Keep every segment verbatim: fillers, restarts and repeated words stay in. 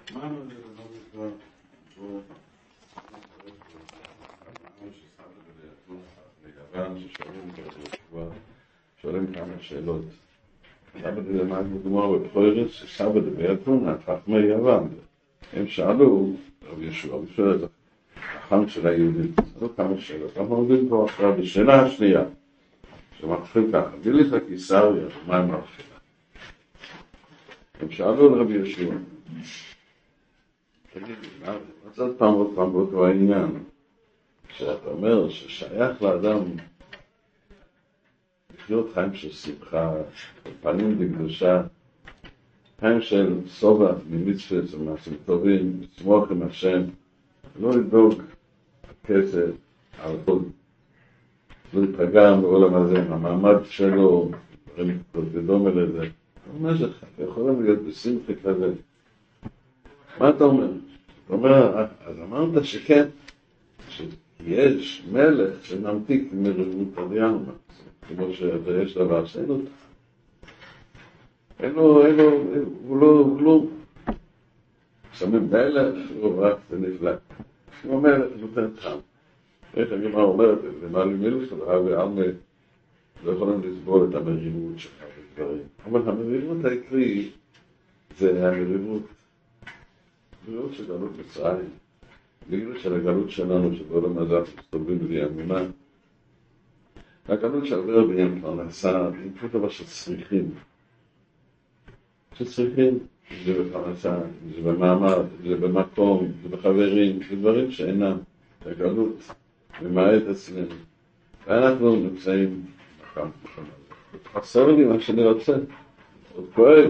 אמרנו את זה כבר, הוא לגוון ששואלים כבר, שואלים כמה שאלות. סבא דלמד בגמור בפרוירס, שסבא דבייתון, החכמי יוון. הם שאלו, רב ישוע, הוא שואל את החכם של היהודים, שאלו כמה שאלות. אנחנו עומדים פה עכשיו בשאלה השנייה, שמתחיל ככה, ביליך קיסריה, מה הם הרחילה? הם שאלו לרב ישוע, תגיד לי, אז עוד פעם עוד פעם באותו העניין, שאתה אומר ששייך לאדם לחיות חיים של שמחה, פנים בקדושה, חיים של סובה ממצווה ומעשים טובים, לסמוך עם השם, לא לדאוג כסף, על כל, לא להיפגע בעולם הזה, המעמד שלו, דומה לזה. מה זה? אתה יכולים להיות בשמחה כזה. מה אתה אומר? אתה אומר, אז אמרת שכן, שיש מלך שנמתיק מריבות הדיאלמה, כמו שיש דבר שאין אותה. אין לו, אין לו, הוא לא כלום. שמים מלך, הוא רק זה נפלא. הוא מלך נותן טעם. איך אני מה אומרת, ומה לי מלך, ועלמה לא יכולים לסבול את המריבות שלך ודברים. אבל המריבות העיקרי זה המריבות, המריבות של גלות מצרים. בגלל של הגלות שלנו, שבעולם הזה מסתובבים בלי אמונה, הגלות שעבר בהם כבר נעשה, היא פשוט דבר שצריכים. שצריכים, זה בפרנסה, זה במאמר, זה במקום, זה בחברים, זה דברים שאינם. הגלות ממעט אצלנו. ואנחנו נמצאים במקום הזה. חסר לי מה שאני רוצה. עוד כואב.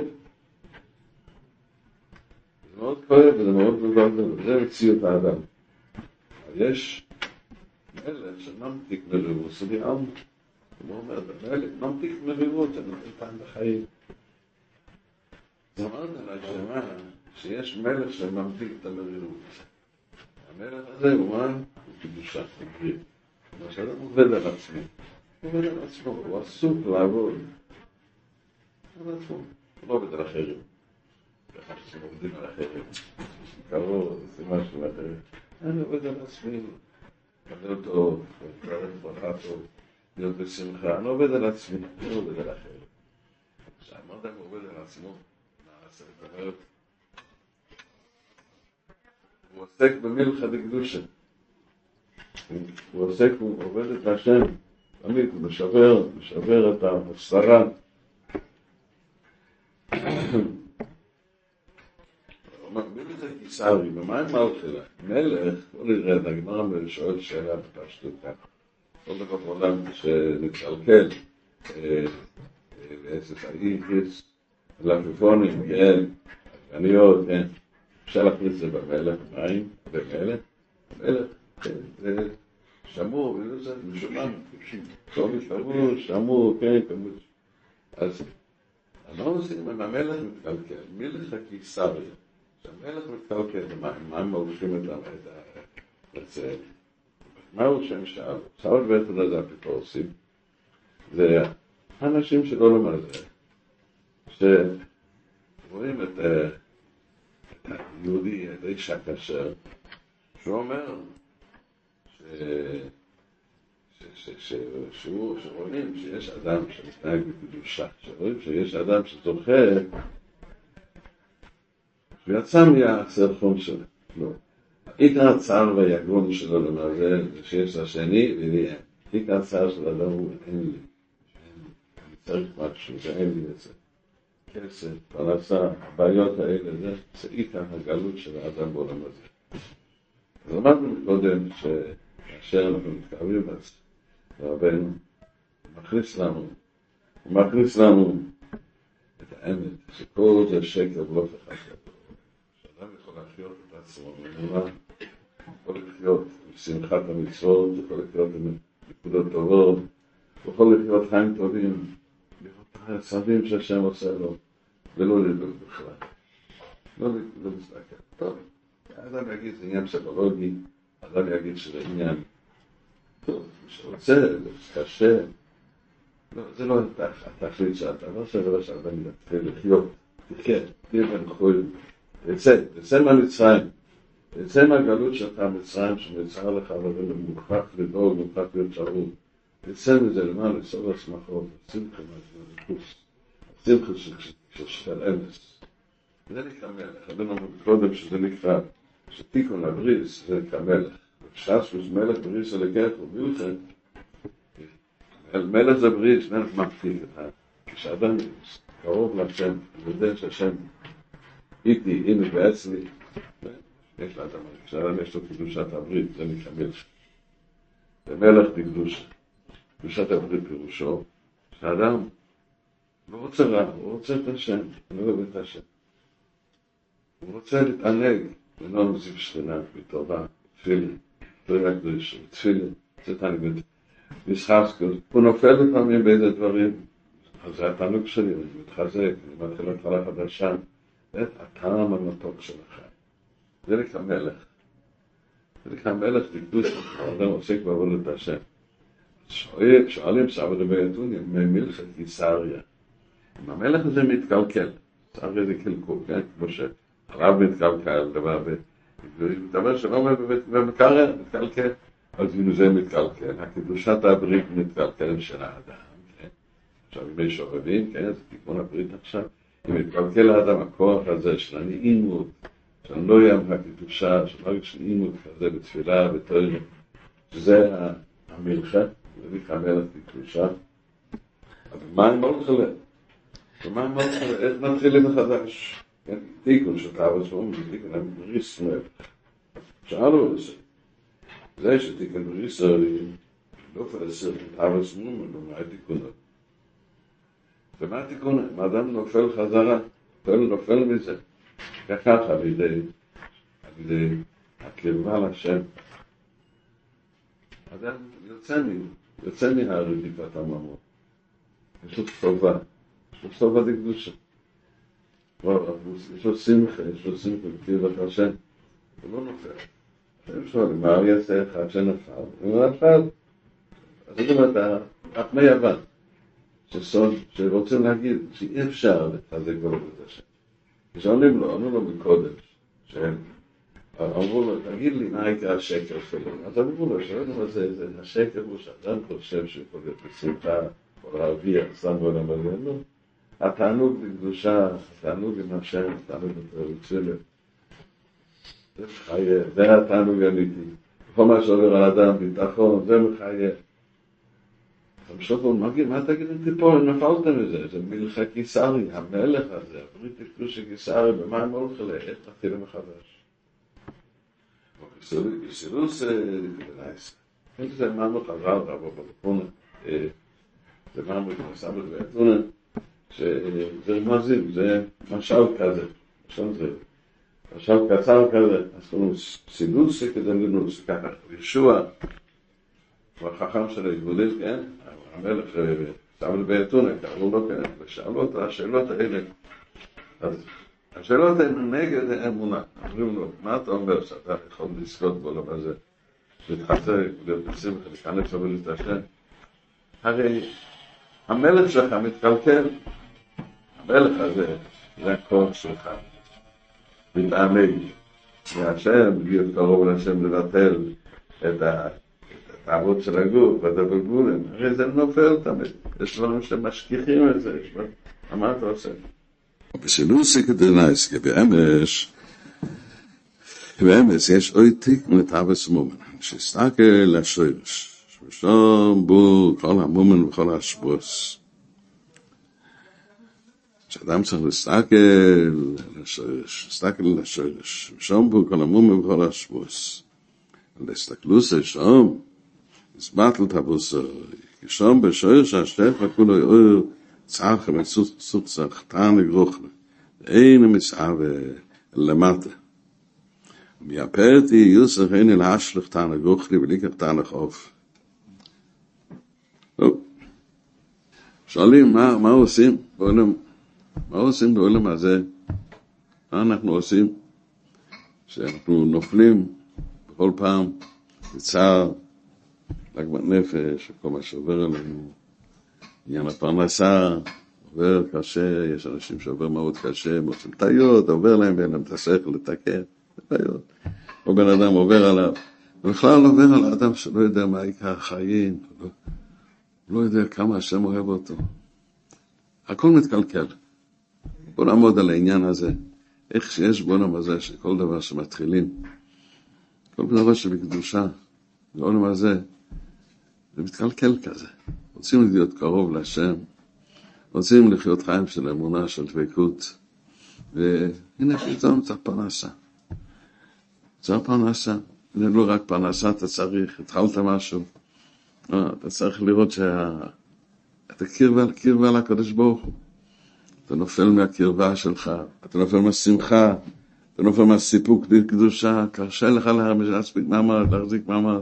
זה מאוד כואב וזה מאוד גדול. זה מציאות האדם. יש מלך שנמתיק מריבות, סודי עם. הוא אומר, מלך נמתיק מריבות, אני נותן פעם בחיים. זה אמרת עליי שמה, שיש מלך שנמתיק את המריבות. המלך הזה הוא מה? הוא קדושה, הוא בריא. מה שאדם עובד על עצמי. הוא עובד על עצמו, הוא עסוק לעבוד. על עצמו. הוא לא עובד על אחרים. ככה שאתם עובדים על אחרים. קרוב, זה משהו אחר. אני עובד על עצמי. לקבל טוב, לקבל ברכה טוב, להיות בשמחה. אני עובד על עצמי, אני לא עובד על אחרים. כשאמרת הוא עובד על עצמו, נעשה את אומרת. הוא עוסק במלכה דקדושה. הוא עוסק, הוא עובד את השם. תמיד הוא משבר, משבר את השרה. מי זה קיסרי? ומה הם מלכילה? מלך, בוא נראה, הגמרא שואל שאלה בפשטות ככה. כל דבר בעולם שנצלקל, לאסס האיכס, לפפונים, כן, עגניות, כן. אפשר להכניס את זה במלך, מים, במלך, במלך, כן, זה שמור, וזה משומן, כל משמור, שמור, כן, כמוש. אז אנחנו עושים עם המלך מתקלקל, מלך הקיסרי, שהמלך מתקלקל, מה הם מרגישים את זה? מהו שם שאל? שאול בעצם לזה אפיקורסים, זה אנשים שלא לומר זה, שרואים את היהודי, את האיש הכשר, שהוא אומר שרואים שיש אדם שמתנהג בקדושה, שרואים שיש אדם שזוכה, שהוא יצא מהסרחון שלו. לא. עיקר הצער והיגון שלו למעשה, שיש לשני ולי אין. עיקר הצער של אדם הוא אין לי. אני צריך משהו, ואין לי את זה. כסף, פרנסה, הבעיות האלה, זה עיקר הגלות של האדם בעולם הזה. אז אמרנו קודם שכאשר אנחנו מתקרבים אז רבנו מכניס לנו, הוא מכניס לנו את האמת, שכל זה שקר בלוף אחד גדול. שאדם יכול לחיות את עצמו ממונה, יכול לחיות עם שמחת המצוות, יכול לחיות עם נקודות טובות, יכול לחיות חיים טובים, לראות הצעדים שהשם עושה לו, ולא לדאוג בכלל. לא להסתכל. טוב, האדם יגיד זה עניין פסיכולוגי, האדם יגיד שזה עניין טוב, שרוצה, זה קשה. לא, זה לא התכלית שאתה, לא שזה לא שאדם יתחיל לחיות, תחיה, תהיה בן חול, יצא, יצא מהמצרים, יצא מהגלות שלך מצרים שמצר לך, אבל מוכרח לדאוג, מוכרח להיות שערור. יצא מזה למען לסוד השמחות, השמחה מהזמניקוס, השמחה של של אמס. זה נקרא מלך, אדונו קודם שזה נקרא, שתיקון הבריס, זה נקרא מלך. כשעשוס מלך בריס הלקח ובילכן, מלך זה בריס, מלך מפתיק לך. כשאדם קרוב לשם, יודע שהשם איתי, הנה ואצלי, יש לאדם, כשאדם יש לו קדושת הברית, זה נקרא מלך. זה מלך בקדושה. קדושת הברית פירושו, שהאדם לא רוצה רע, הוא רוצה את השם, הוא לא אוהב את השם. הוא רוצה להתענג, לנון מזיב שכינה, בתורה, תפילין, תורה הקדוש, תפילין, זה תענג, משחסקוס, הוא נופל לפעמים באיזה דברים, אז זה התענוג שלי, אני מתחזק, אני מתחיל התחלה חדשה, זה הטעם המתוק של החיים. זה נקרא מלך. זה נקרא מלך בקדושה, האדם עוסק בעבודת השם. שואלים סבא דבייתוני, ממלכת קיסריה. אם המלך הזה מתקלקל, קיסריה זה קלקול, כן? כמו שהרב מתקלקל, דבר דבר שלא אומר במקרר, מתקלקל, אז אם זה מתקלקל, הקדושת הברית מתקלקל של האדם, כן? עכשיו אם יש עורבים, כן? זה תיקון הברית עכשיו, אם מתקלקל האדם הכוח הזה של הנעימות, של לא ים הקדושה, של לא יש נעימות כזה בתפילה, בתורה, שזה המלכה, זה נקרא מלך בקדושה. אבל מה עם מלכה? ומה עם מלכה? איך נתחילים מחדש? תיקון של תאווה סמום, זה תיקון בריס מלך. שאלו על זה. זה שתיקון בריס לא פלסר תאווה סמום, לא מה התיקון. ומה התיקון? אם האדם נופל חזרה, נופל מזה. ככה על ידי, על ידי הקרבה לשם. אדם יוצא מי, יוצא מהרדיפת הממון. יש לו סובה, יש לו סובה דקדושה. יש לו שמחה, יש לו שמחה בקרבת השם. הוא לא נופל. הם שואלים, מה הוא יעשה אחד שנפל? הוא נפל. אז זאת אומרת, חכמי יוון, שסוד, שרוצים להגיד שאי אפשר לחזק בעבודת השם. כשעונים לו, ענו לו מקודם, שהם אמרו לו, תגיד לי, מה יקרה השקר שלו? אז אמרו לו, שאומרים לו, זה השקר הוא שאדם חושב שיכול להיות בשמחה, או להרביע, שם בו למלנו. התענוג בקדושה, התענוג עם השם, התענוג בתרוצלת. זה מחייב, זה התענוג אמיתי. בכל מה שעובר על אדם, ביטחון, זה מחייב. המשופון, מה תגיד אם תיפול, נפלתם מזה, זה מלכה קיסרי, המלך הזה, הברית הקדושה קיסרי, במה הם הולכים לה, איך תתחיל מחדש? קיסילוס זה נייס. זה מאמר חזר, רבו בלפונה, זה מאמר כנסה בלפונה, שזה רמזים, זה משל כזה, משל זה, משל קצר כזה, אז קוראים סילוס כזה לנוס, ככה, ישוע, הוא החכם של היהודים, כן? המלך סבל ביתונה, קראו לו כן, ושאלו את השאלות האלה. אז השאלות הן נגד האמונה. אומרים לו, מה אתה אומר שאתה יכול לזכות בעולם הזה? להתחצר, להיות בשמחה, להיכנס לעבוד את השם. הרי המלך שלך מתקלקל. המלך הזה, זה הכוח שלך. מתענג מהשם, להיות קרוב לשם לבטל את ה... העבוד של הגוף, והדבלגולים, הרי זה נופל תמיד. יש דברים שמשכיחים את זה, מה אתה עושה? בסילוסי כדלייסקי, באמש, באמש יש אוי תיק מתאבס מומן, שסתקל לשורש, ששום בו כל המומן וכל השבוס. שאדם צריך להסתכל לשורש, להסתכל לשורש, ששום בו כל המומן וכל השבוס. להסתכלוס שום, הסבטל תבוסו, כשום בשורש השטף וכולו יאור צעך ומסוך צח, תענג רוחנה, אין המסעה למטה. מייפרתי יוסף אין אל השלך תענג רוחני וליקח תענג עוף. שואלים, מה, מה עושים בעולם? מה עושים בעולם הזה? מה אנחנו עושים? שאנחנו נופלים בכל פעם בצער, לגמת נפש, וכל מה שעובר עלינו, עניין הפרנסה, עובר קשה, יש אנשים שעובר מאוד קשה, הם עושים טעויות, עובר להם ואין להם את השכל לתקן, טעויות. או בן אדם עובר עליו, ובכלל עובר על האדם שלא יודע מה עיקר החיים, לא, לא יודע כמה השם אוהב אותו. הכל מתקלקל. בוא נעמוד על העניין הזה, איך שיש בונם הזה שכל דבר שמתחילים, כל דבר שבקדושה, בונם הזה, זה מתקלקל כזה. רוצים להיות קרוב להשם, רוצים לחיות חיים של אמונה, של דבקות, והנה פתאום צריך פרנסה. צריך פרנסה. הנה לא רק פרנסה, אתה צריך, התחלת משהו. אתה צריך לראות שאתה קרבה, קרבה לקדוש ברוך הוא. אתה נופל מהקרבה שלך, אתה נופל מהשמחה, אתה נופל מהסיפוק לקדושה, קשה לך להספיק מעמד, להחזיק מעמד.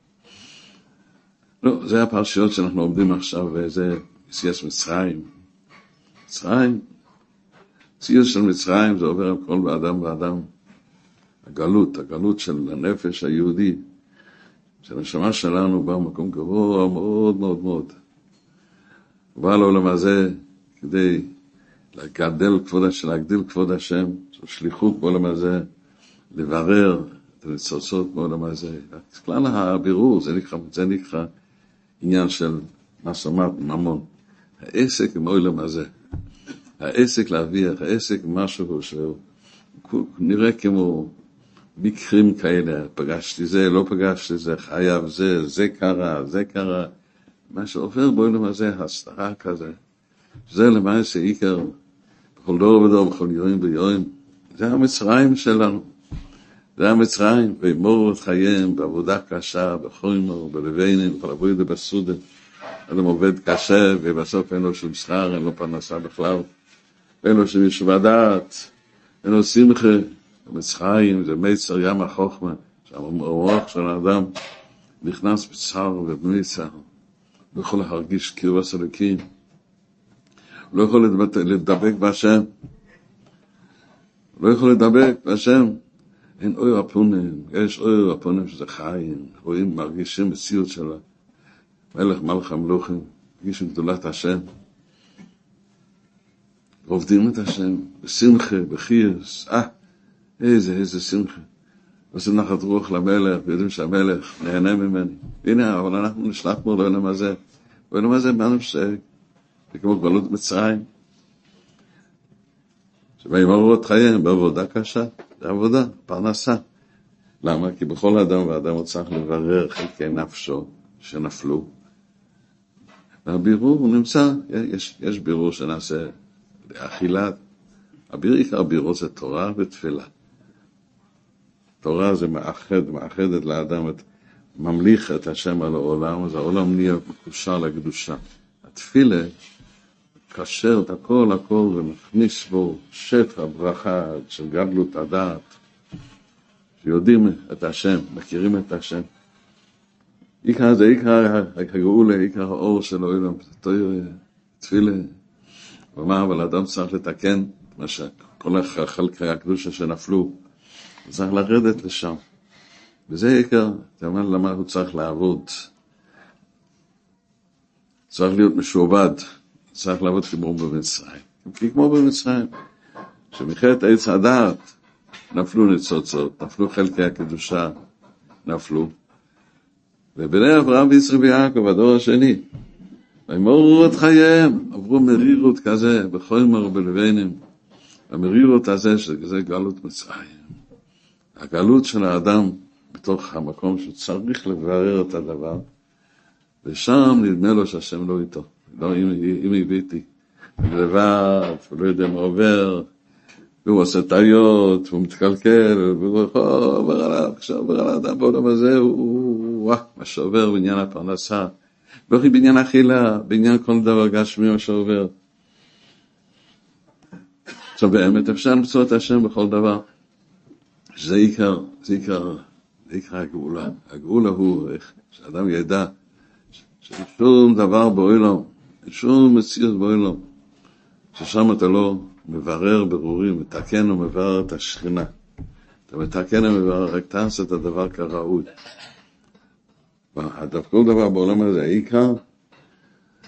לא, זה הפרשיות שאנחנו עומדים עכשיו, וזה יציאת מצרים. מצרים, יציאת של מצרים, זה עובר על כל אדם ואדם. הגלות, הגלות של הנפש היהודי, של הנשמה שלנו, בא במקום גבוה מאוד מאוד מאוד. הוא בא לעולם הזה כדי לגדל כבוד השם, להגדיל כבוד השם, זו שליחות בעולם הזה, לברר את הניצוצות בעולם הזה. כלל הבירור, זה נקרא, זה נקרא עניין של מה שאמרת, ממון. העסק עם העולם הזה. העסק להביח, העסק משהו שהוא נראה כמו מקרים כאלה, פגשתי זה, לא פגשתי זה, חייב זה, זה קרה, זה קרה. מה שעובר בעולם הזה, הסתרה כזה. זה למעשה עיקר, בכל דור ודור, בכל יום ויום. זה המצרים שלנו. זה המצרים, וימורו את חייהם, בעבודה קשה, בחומר, בלבנים, בכל עבודה בסודה. אדם עובד קשה, ובסוף אין לו שום שכר, אין לו פרנסה בכלל. אין לו שום ישוב הדעת, אין לו שמחה. המצרים זה מיצר ים החוכמה, שהמוח של האדם נכנס בצער ובמיצר. לא יכול להרגיש קרבה סלקים. לא יכול לדבק בהשם. לא יכול לדבק בהשם. אין אור הפונים, יש אור הפונים שזה חיים, רואים, מרגישים מציאות של מלך מלך המלוכים, מרגישים גדולת השם, עובדים את השם, בשמחה, בחייס, אה, איזה, איזה שמחה, עושים נחת רוח למלך, ויודעים שהמלך נהנה ממני, הנה, אבל אנחנו נשלחנו לעולם הזה, לעולם הזה באנו שזה, זה כמו גבלות מצרים, שבאמרו את חייהם, בעבודה קשה, זה עבודה, פרנסה. למה? כי בכל אדם ואדם הוא צריך לברר חלקי נפשו שנפלו. והבירור הוא נמצא, יש, יש בירור שנעשה לאכילת. עיקר הבירור זה תורה ותפילה. תורה זה מאחד, מאחדת לאדם, את, ממליך את השם על העולם, אז העולם נהיה מקושר לקדושה. התפילה קשר את הכל הכל ומכניס בו שפע ברכה של גדלות הדעת, שיודעים את השם, מכירים את השם. עיקר זה עיקר הגאולה, עיקר האור של העולם, תפילה. ומה, אבל האדם צריך לתקן מה שכל החלקי הקדושה שנפלו, הוא צריך לרדת לשם. וזה עיקר, אתה אומר למה הוא צריך לעבוד. צריך להיות משועבד. צריך לעבוד כמו במצרים. כי כמו במצרים, שמחרת עץ הדעת, נפלו ניצוצות, נפלו חלקי הקדושה, נפלו. ובני אברהם ויצחק ויעקב, הדור השני, וימורו את חייהם, עברו מרירות כזה, בחומר ובלבנים. המרירות הזה, שזה גלות מצרים. הגלות של האדם, בתוך המקום שצריך לברר את הדבר, ושם נדמה לו שהשם לא איתו. לא, אם, אם הביתי, לבד, הוא לא יודע מה עובר, והוא עושה טעויות, הוא מתקלקל, והוא עובר עליו, כשעובר על האדם בעולם הזה, הוא, וואה, מה שעובר בעניין הפרנסה, לא רק בעניין אכילה, בעניין כל דבר גשמי מה שעובר. עכשיו באמת אפשר למצוא את השם בכל דבר. זה עיקר, זה עיקר, זה עיקר הגאולה. הגאולה הוא, שאדם ידע, ששום דבר בעולם, שום מציאות בעולם, ששם אתה לא מברר ברורים, מתקן ומברר את השכינה. אתה מתקן ומברר, רק תעשה את הדבר כראוי. כל דבר בעולם הזה, העיקר,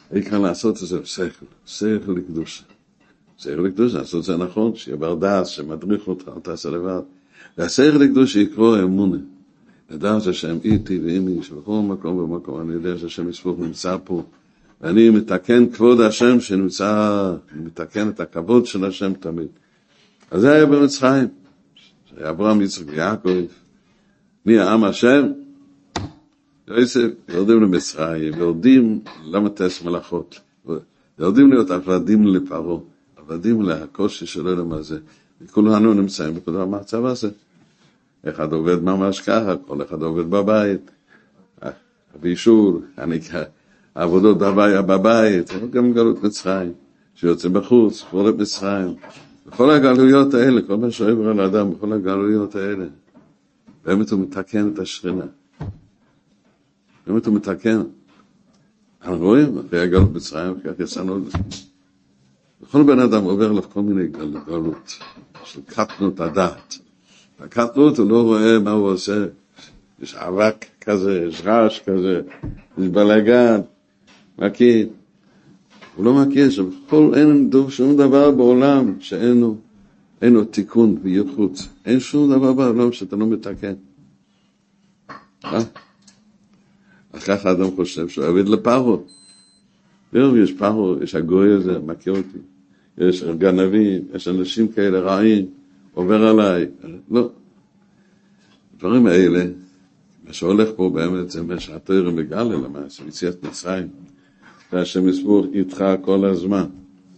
העיקר לעשות את זה בשכל, שכל לקדושה. שכל לקדושה, לעשות את זה נכון, שיהיה בר דעת, שמדריך אותך, אל תעשה לבד. והשכל לקדושה יקרוא אמונה. לדעת שהשם איתי ואימי, שבכל מקום ומקום, אני יודע שהשם יספוך נמצא פה, ואני מתקן כבוד השם שנמצא, אני מתקן את הכבוד של השם תמיד. אז זה היה במצרים, אברהם, יצחק ויעקב, מי העם השם? יוסף, יורדים למצרים, יורדים למטס מלאכות, יורדים להיות עבדים לפרעה, עבדים לקושי שלו למה זה, וכולנו נמצאים בכל המצב הזה. אחד עובד ממש ככה, כל אחד עובד בבית, בישול, העבודות בבית, בבית, גם גלות מצרים, שיוצא בחוץ, גלות מצרים, בכל הגלויות האלה, כל מה שעבר על האדם, בכל הגלויות האלה, באמת הוא מתקן את השכינה. באמת הוא מתקן. אנחנו רואים, אחרי הגלות מצרים, כך יצאנו לזה. בכל בן אדם עובר לו כל מיני גלות, של קטנות הדעת. הקטנות הוא לא רואה מה הוא עושה. יש אבק כזה, יש רעש כזה, יש בלגן, מכיר. הוא לא מכיר שבכל אין שום דבר בעולם שאין לו, אין לו תיקון וייחוד. אין שום דבר בעולם שאתה לא מתקן. אה? אז ככה אדם חושב שהוא עבד לפרעה. זהו, יש פרעה, יש הגוי הזה, מכיר אותי. יש גנבים, יש אנשים כאלה רעים, עובר עליי. לא. הדברים האלה, מה שהולך פה באמת זה מה שהתורה מגלה למעשה, יציאת מצרים. והשם יסבור איתך כל הזמן.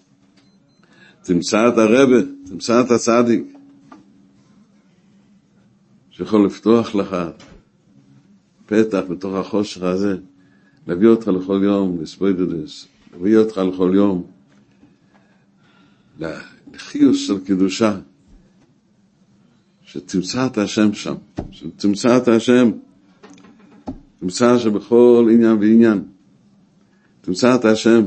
תמצא את הרב, תמצא את הצדיק, שיכול לפתוח לך פתח בתוך החושך הזה, להביא אותך לכל יום, לסבוידדס, להביא אותך לכל יום, לחיוס של קדושה, שתמצא את השם שם, שתמצא את השם, תמצא שבכל עניין ועניין, תמצא את השם.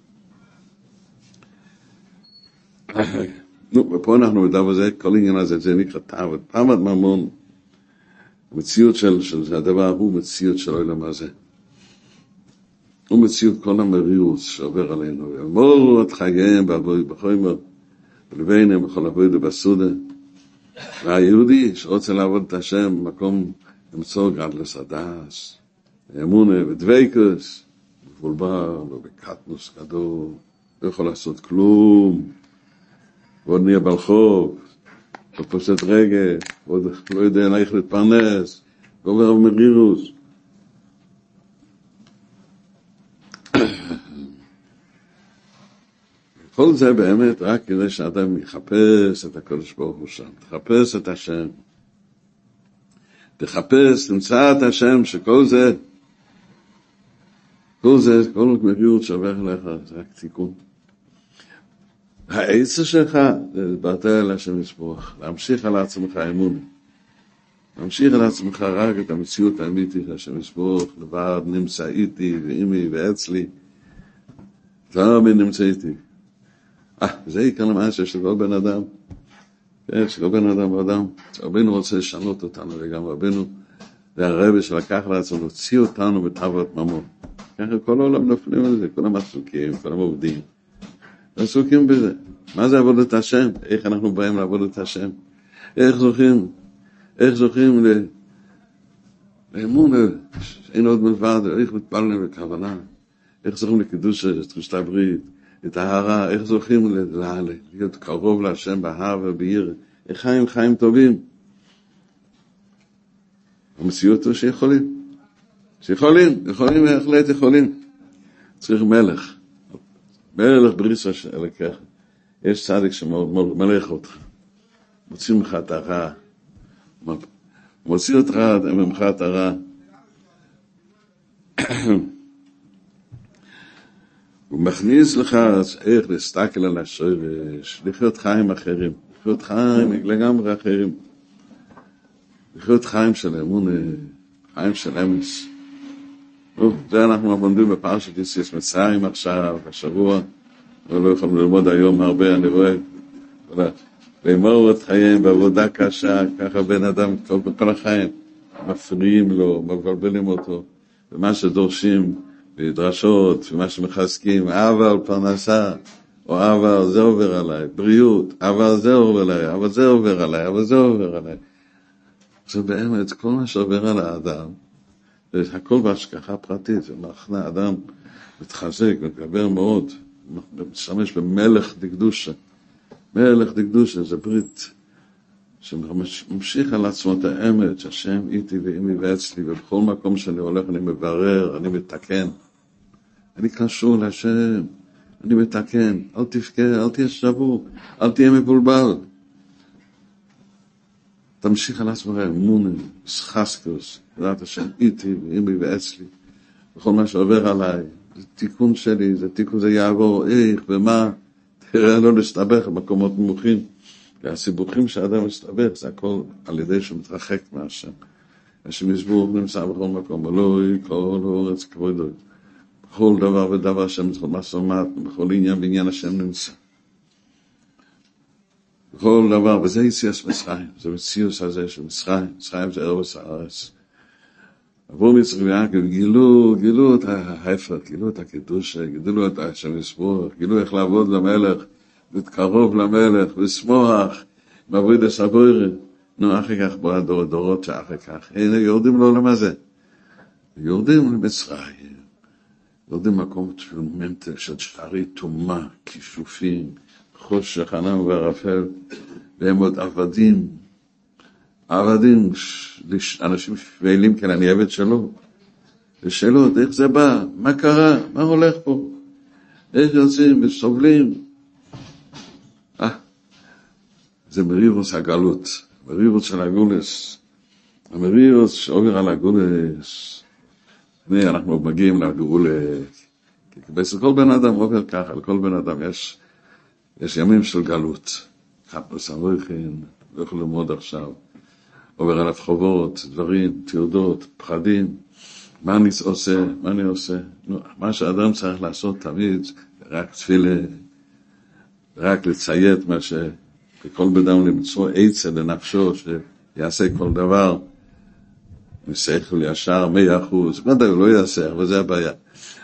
נו, ופה אנחנו מדבר בזה, כל עניין הזה, זה נקרא תאוות, תאוות ממון, המציאות של, של הדבר הוא מציאות של העולם הזה. הוא מציאות כל המרירות שעובר עלינו, ואמור את חייהם בעבוד בחומר, ולביניהם בכל עבוד בסודה. והיהודי שרוצה לעבוד את השם במקום למצוא גדלס הדס, אמונה ודוויקוס, מבולבר ובקטנוס גדול, לא יכול לעשות כלום, ועוד נהיה בלחוב, ועוד פושט רגל, ועוד לא יודע איך להתפרנס, ועובר מרירות. כל זה באמת רק כדי שאדם יחפש את הקדוש ברוך הוא שם, תחפש את השם, תחפש, תמצא את השם, שכל זה, כל זה, כל מרירות שעובר אליך, זה רק תיקון. העצה שלך, זה דיברת אל השם יסבורך, להמשיך על עצמך אמון, להמשיך על עצמך רק את המציאות האמיתית, השם יסבורך, לבד נמצא איתי ואימי ואצלי, תמיד נמצא איתי. אה, זה עיקר למעשה של כל בן אדם, כן, של כל בן אדם ואדם, רבינו רוצה לשנות אותנו וגם רבינו, זה הרבי שלקח לעצמו, להוציא אותנו בתאוות ממון. ככה כל העולם נופלים על זה, כולם עסוקים, כולם עובדים, עסוקים בזה. מה זה עבודת השם? איך אנחנו באים לעבוד את השם? איך זוכים, איך זוכים ל... לאמון, שאין עוד מלבד, איך מתפללים בכוונה, איך זוכים לקידוש תחושת הברית, את ההרה, איך זוכים להיות קרוב להשם בהר ובעיר, איך חיים חיים טובים. המציאות הוא שיכולים, שיכולים, יכולים בהחלט יכולים. צריך מלך, מלך בריסה אלוקיך. יש צדיק שמלך אותך, מוציא ממך את הרע, מוציא אותך ממך את הרע. הוא מכניס לך איך להסתכל על השורש, לחיות חיים אחרים, לחיות חיים לגמרי אחרים, לחיות חיים של אמונה, חיים של אמס. זה אנחנו לומדים בפרשת יציאת מצרים עכשיו, השבוע, אבל לא יכולים ללמוד היום הרבה, אני רואה, לאמור את חייהם בעבודה קשה, ככה בן אדם כל החיים, מפריעים לו, מבלבלים אותו, ומה שדורשים, בדרשות, ומה שמחזקים, אבל פרנסה, או אבל זה עובר עליי, בריאות, אבל זה עובר עליי, אבל זה עובר עליי, אבל זה עובר עליי. זה באמת, כל מה שעובר על האדם, הכל בהשגחה פרטית, זה מכנה, אדם מתחזק, מתגבר מאוד, משתמש במלך דקדושה. מלך דקדושה זה ברית שממשיך על עצמו את האמת, שהשם איתי ואימי ואצלי, ובכל מקום שאני הולך אני מברר, אני מתקן. אני קשור להשם, אני מתקן, אל תבכה, אל תהיה שבור, אל תהיה מבולבל. תמשיך על עצמך אמונה, סחסקוס, לדעת השם איתי ואימי ואצלי, בכל מה שעובר עליי, זה תיקון שלי, זה תיקון, זה יעבור, איך ומה, תראה לא להסתבך במקומות נמוכים, והסיבוכים שהאדם מסתבך, זה הכל על ידי שמתרחק מהשם. השם יסבור נמצא בכל מקום, אלוהי, כל אורץ כבודו, בכל דבר ודבר השם, בכל מסומת, בכל עניין בעניין השם נמצא. בכל דבר, וזה יציאת מצרים, זה מציאות הזה של מצרים, מצרים זה ארץ הארץ. עברו מצרים ויעקב, גילו, גילו את ההפך, גילו את הקדוש, גילו את השם יסבור, גילו איך לעבוד למלך, להתקרוב למלך, לשמוח, מעבוד הסבורי. נו, אחרי כך בוא הדור, דורות שאחרי כך, הנה יורדים לעולם הזה. יורדים למצרים, יורדים מקום של ממתק, של שערי תומה, כישופים, חושך, ענן וערפל, והם עוד עבדים, עבדים, אנשים שפעילים כאלה, אני עבד שלו. ושאלות, איך זה בא? מה קרה? מה הולך פה? איך יוצאים וסובלים? אה, זה מרירוס הגלות, מרירוס של הגולס, המרירוס שעובר על הגולס. הנה, אנחנו מגיעים לגולס. כי כל בן אדם עובר ככה, לכל בן אדם יש, יש ימים של גלות. חפש המויכין, לא יכול ללמוד עכשיו. עובר עליו חובות, דברים, תיעודות, פחדים. מה אני עושה? מה אני עושה? נו, מה שאדם צריך לעשות תמיד, רק תפילה, רק לציית מה ש... כל בדם למצוא עצה לנפשו, שיעשה כל דבר, משכל ישר, מאה אחוז. מה דבר, הוא לא יעשה, אבל זה הבעיה.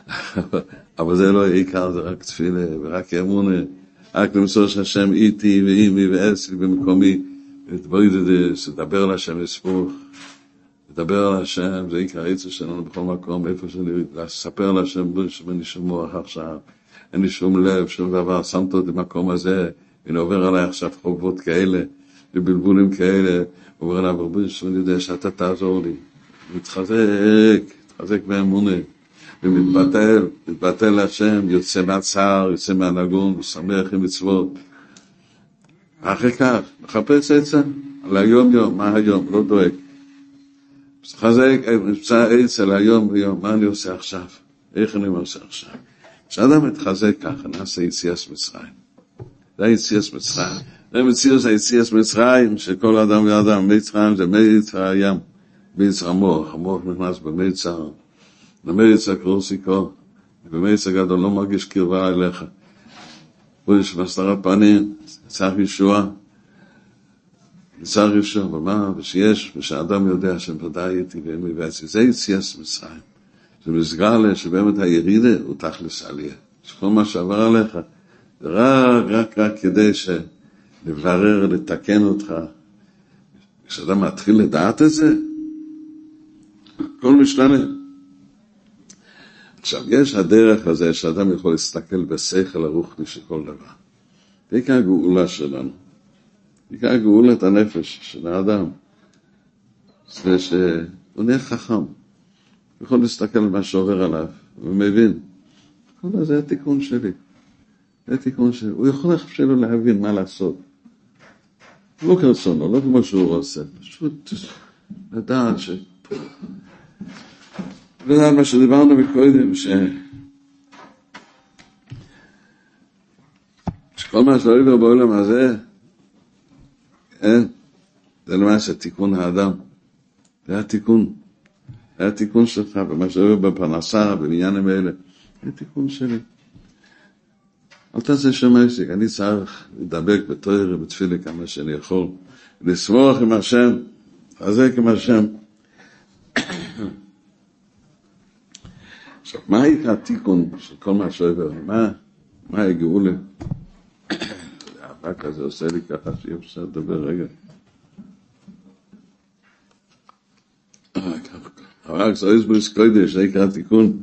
אבל זה לא העיקר, זה רק תפילה, ורק אמונה, רק למצוא שהשם איתי ואימי ואצלי במקומי, ודברית את זה, שדבר על השם לספוך, לדבר על השם, זה עיקר העצה שלנו בכל מקום, איפה שאני, לספר על השם, בלי שאני שום מוח עכשיו, אין לי שום לב, שום דבר, שמת אותי במקום הזה, הנה עובר עליי עכשיו חובות כאלה, ובלבולים כאלה, עובר עליי ברבי, שאני יודע שאתה תעזור לי, מתחזק, מתחזק באמונה, ומתבטל, מתבטל להשם, יוצא מהצער, יוצא מהנגון, ושמח עם מצוות. אחרי כך, מחפש עצה, על היום יום, מה היום, לא דואג. מתחזק, נמצא עצה להיום ויום, מה אני עושה עכשיו? איך אני עושה עכשיו? כשאדם מתחזק ככה, נעשה יציאת מצרים. זה היציאת מצרים. זה מציאות היציאת מצרים, שכל אדם ואדם, מצרים זה מיצר הים, מיצר המוח, המוח נכנס במיצר, למיצר קורסיקו, במיצר גדול לא מרגיש קרבה אליך. הוא יש בסתרת פנים, צריך ישועה, צריך ישועה, ומה? ושיש, ושאדם יודע שבוודאי איתי ואימי ואצלי, זה יציאת מצרים. זה מסגר שבאמת הירידה הוא תכלס עליה. שכל מה שעבר עליך, זה רק, רק, רק כדי שנברר, לתקן אותך. כשאדם מתחיל לדעת את זה, הכל משתנה. עכשיו, יש הדרך הזה שאדם יכול להסתכל בשכל הרוחני של כל דבר. זה כאן הגאולה שלנו. זה כאן גאולת הנפש של האדם. זה שהוא נהיה חכם. הוא יכול להסתכל על מה שעובר עליו, ומבין. כל זה התיקון שלי. זה התיקון שלי. הוא יכול אפילו להבין מה לעשות. לא כרצונו, לא כמו שהוא עושה. פשוט לדעת ש... לדעת מה שדיברנו מקודם, ש... שכל מה שלא עבר בעולם הזה, אה? זה למעשה תיקון האדם. זה התיקון. זה התיקון שלך, ומה שעבר בפרנסה, בעניינים האלה. זה תיקון שלי. אל תעשה שם עסק, אני צריך לדבק בתורה, בתפילה כמה שאני יכול, לשמוח עם השם, לחזק עם השם. עכשיו, מה הייתה התיקון של כל מה שעובר? מה, מה הגאו לי? האבק הזה עושה לי ככה שיהיה אפשר לדבר רגע. האבק זה איזבוס קודש, זה יקרא תיקון.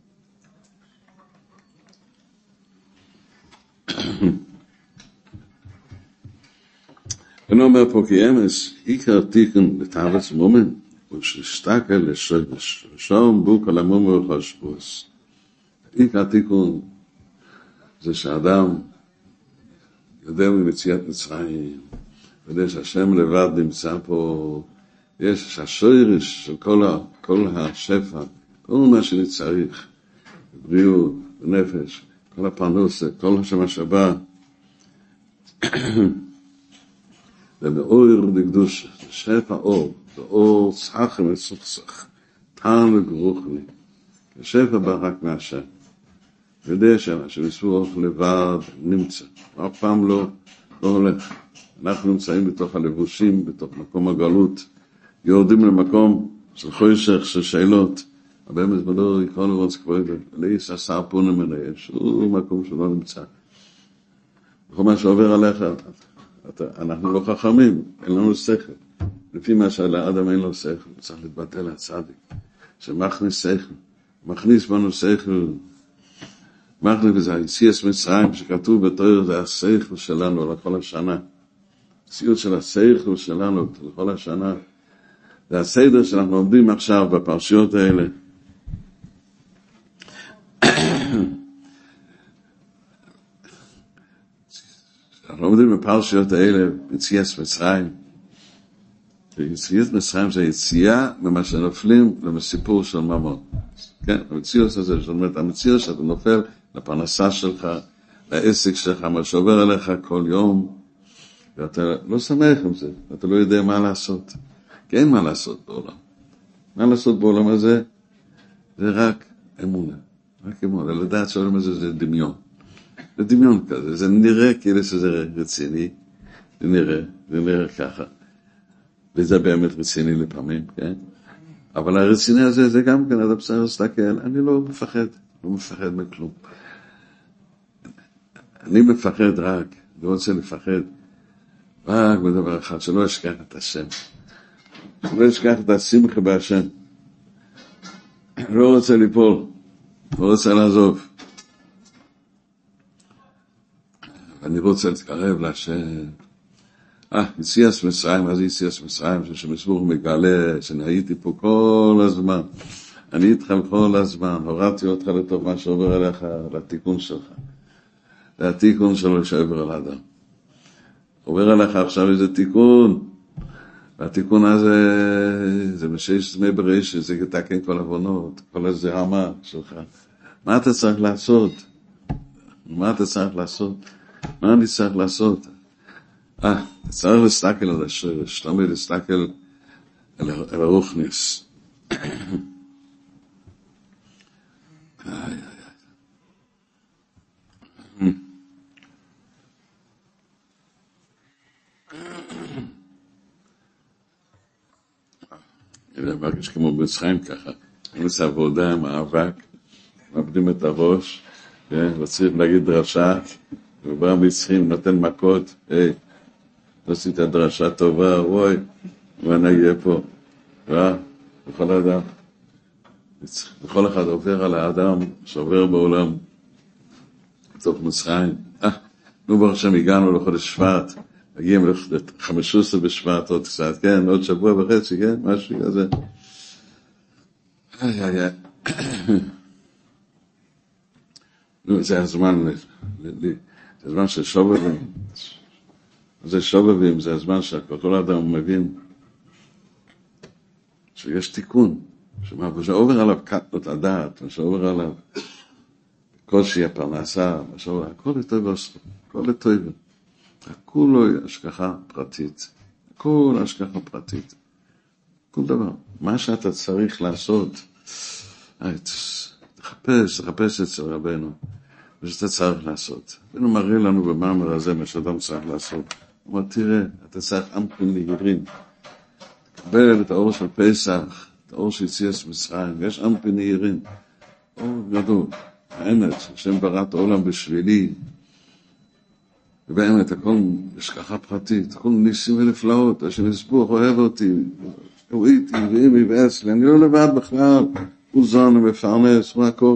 אני אומר פה כי אמס, עיקר תיקון לתאבץ מומן, הוא ששתקה לשורש, ושום בו כל המומר חשבוס. עיקר תיקון זה שאדם יודע ממציאת מצרים, יודע שהשם לבד נמצא פה, יש השורש של כל, ה, כל השפע, כל מה שאני צריך, בריאות, בנפש, כל הפרנוס, כל השם השבא, זה באור לקדוש, זה שפע אור, זה אור צחק ומסוכסך, תענוג רוחני, השפע בא רק מהשם. יודע שמספור אורך לבד נמצא, אף פעם לא, לא הולך. אנחנו נמצאים בתוך הלבושים, בתוך מקום הגלות, יורדים למקום של חושך, של שאלות, אבל מזמנו יקרא לרוץ כבוד, לאיס עשר פונים אליי, שום מקום שלא נמצא. וכל מה שעובר עליך, אנחנו לא חכמים, אין לנו שכל. לפי מה שלאדם אין לו שכל, צריך להתבטל הצדיק, שמכניס שכל, מכניס בנו שכל, מכניס בזה, היציאת מצרים שכתוב בתורה, זה השכל שלנו לכל השנה. הציאות של השכל שלנו לכל השנה. זה הסדר שאנחנו עומדים עכשיו בפרשיות האלה. אנחנו עומדים בפרשיות האלה, יציאת מצרים. יציאת מצרים זה יציאה ממה שנופלים למסיפור של ממון. כן, המציאות הזה, זאת אומרת, המציאות שאתה נופל לפרנסה שלך, לעסק שלך, מה שעובר עליך כל יום, ואתה לא שמח עם זה, אתה לא יודע מה לעשות. כי אין מה לעשות בעולם. מה לעשות בעולם הזה? זה רק אמונה. רק אמונה. לדעת שהעולם הזה זה דמיון. זה דמיון כזה. זה נראה כאילו שזה רציני. זה נראה, זה נראה ככה. וזה באמת רציני לפעמים, כן? אבל הרציני הזה זה גם כן, אתה בסדר להסתכל, אני לא מפחד. לא מפחד מכלום. אני מפחד רק, אני רוצה לפחד רק בדבר אחד, שלא אשכח את השם. שלא אשכח את השמחה בהשם. לא רוצה ליפול, לא רוצה לעזוב. אני רוצה להתקרב להשם. אה, יציאת מצרים, אז יציאת מצרים, שמסבור מגלה, שאני הייתי פה כל הזמן. אני איתכם כל הזמן, הורדתי אותך לתוך מה שעובר עליך, לתיקון שלך. זה התיקון שלו שעובר על האדם. עובר עליך עכשיו איזה תיקון, והתיקון הזה, זה משש זמי בראשית, זה יתקן כל עוונות, כל הזרמה שלך. מה אתה צריך לעשות? מה אתה צריך לעשות? מה אני צריך לעשות? אה, אתה צריך להסתכל על השרש, תמיד להסתכל על הרוחניס. איי, איי, איי. אני מרגיש כמו במצרים ככה, אני עושה עבודה עם האבק, מאבדים את הראש, וצריך להגיד דרשה, ובא מצרים נותן מכות, היי, עשית דרשה טובה, וואי, ואני אהיה פה, ראה, בכל אדם, בכל אחד עובר על האדם שעובר בעולם, בתוך מצרים, אה, נו ברוך שם הגענו לחודש שבט, מגיעים לחמש עשרה בשבט עוד קצת, כן, עוד שבוע וחצי, כן, משהו כזה. איי, איי, איי. נו, זה הזמן, זה הזמן של שובבים. זה שובבים, זה הזמן שכל אדם מבין שיש תיקון, שמה, ושעובר עליו קטנות הדעת, ושעובר עליו קושי הפרנסה, ושעובר, הכל לטוב ועשו, הכל לטוב. כולו השגחה פרטית, כל השגחה פרטית, כל דבר. מה שאתה צריך לעשות, תחפש, תחפש אצל רבנו, ושאתה צריך לעשות. רבנו מראה לנו במאמר הזה מה שאדם צריך לעשות. הוא אומר, תראה, אתה צריך אמפים נהירים. תקבל את האור של פסח, את האור של יציאת מצרים, ויש אמפים נהירים. אור גדול, האמת, השם ברא את העולם בשבילי, ובאמת הכל השגחה פרטית, הכל ניסים ונפלאות, השם יסבוך, אוהב אותי, הוא איתי, ואימי ואצלי, אני לא לבד בכלל, הוא זון ומפרנס, הוא הכל.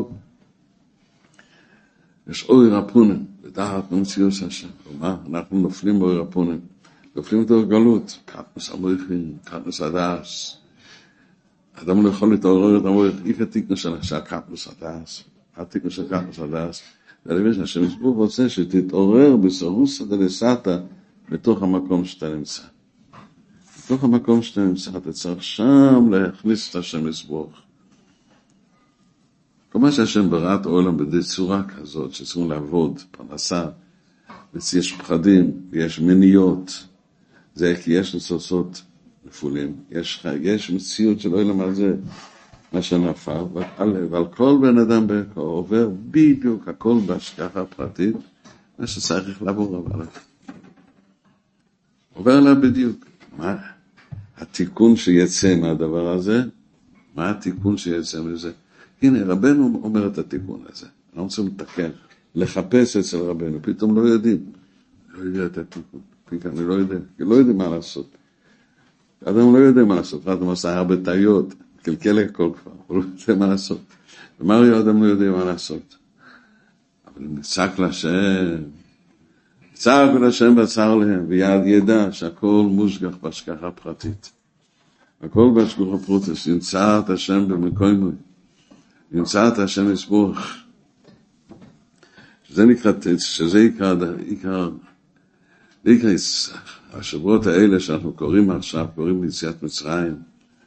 יש אור הפונן, בדעת במציאות השם, כלומר, אנחנו נופלים באור הפונן, נופלים את האור גלות, קטנוס המויכין, קטנוס הדס, אדם לא יכול להתעורר את המויך, איך התיקנוס של הקטנוס הדס, התיקנוס של קטנוס הדס, ולבש השם יסבוך רוצה שתתעורר בסרוסא דלסתא בתוך המקום שאתה נמצא. בתוך המקום שאתה נמצא, אתה צריך שם להכניס את השם יסבוך. כל מה שהשם ברא את העולם בצורה כזאת, שצריכים לעבוד, פרנסה, ויש פחדים, ויש מניות, זה כי יש ניסוסות נפולים, יש, יש מציאות של העולם הזה, מה שנפל, ועל, ועל כל בן אדם בעיקר עובר בדיוק הכל בהשגחה הפרטית, מה שצריך לעבור עליו. עובר עליו בדיוק. מה התיקון שיצא מהדבר הזה? מה התיקון שיצא מזה? הנה, רבנו אומר את התיקון הזה. אנחנו רוצים לתקן, לחפש אצל רבנו, פתאום לא יודעים. לא יודע את התיקון. פתאום אני לא יודע, כי לא יודעים מה לעשות. אדם לא יודע מה לעשות, אדם עושה הרבה טעיות, קלקל הכל כבר, הוא לא יודע מה לעשות. ומריו אדם לא יודע מה לעשות. אבל אם נצעק לשם, נצעק לשם בצר להם, ויד ידע שהכל מושגח בהשגחה פרטית. הכל בהשגחה פרטית, נמצא את השם במקומו, נמצא את השם יסבוך. שזה נקרא, שזה יקרא, יקרא, יקרא, השבועות האלה שאנחנו קוראים עכשיו, קוראים ביציאת מצרים,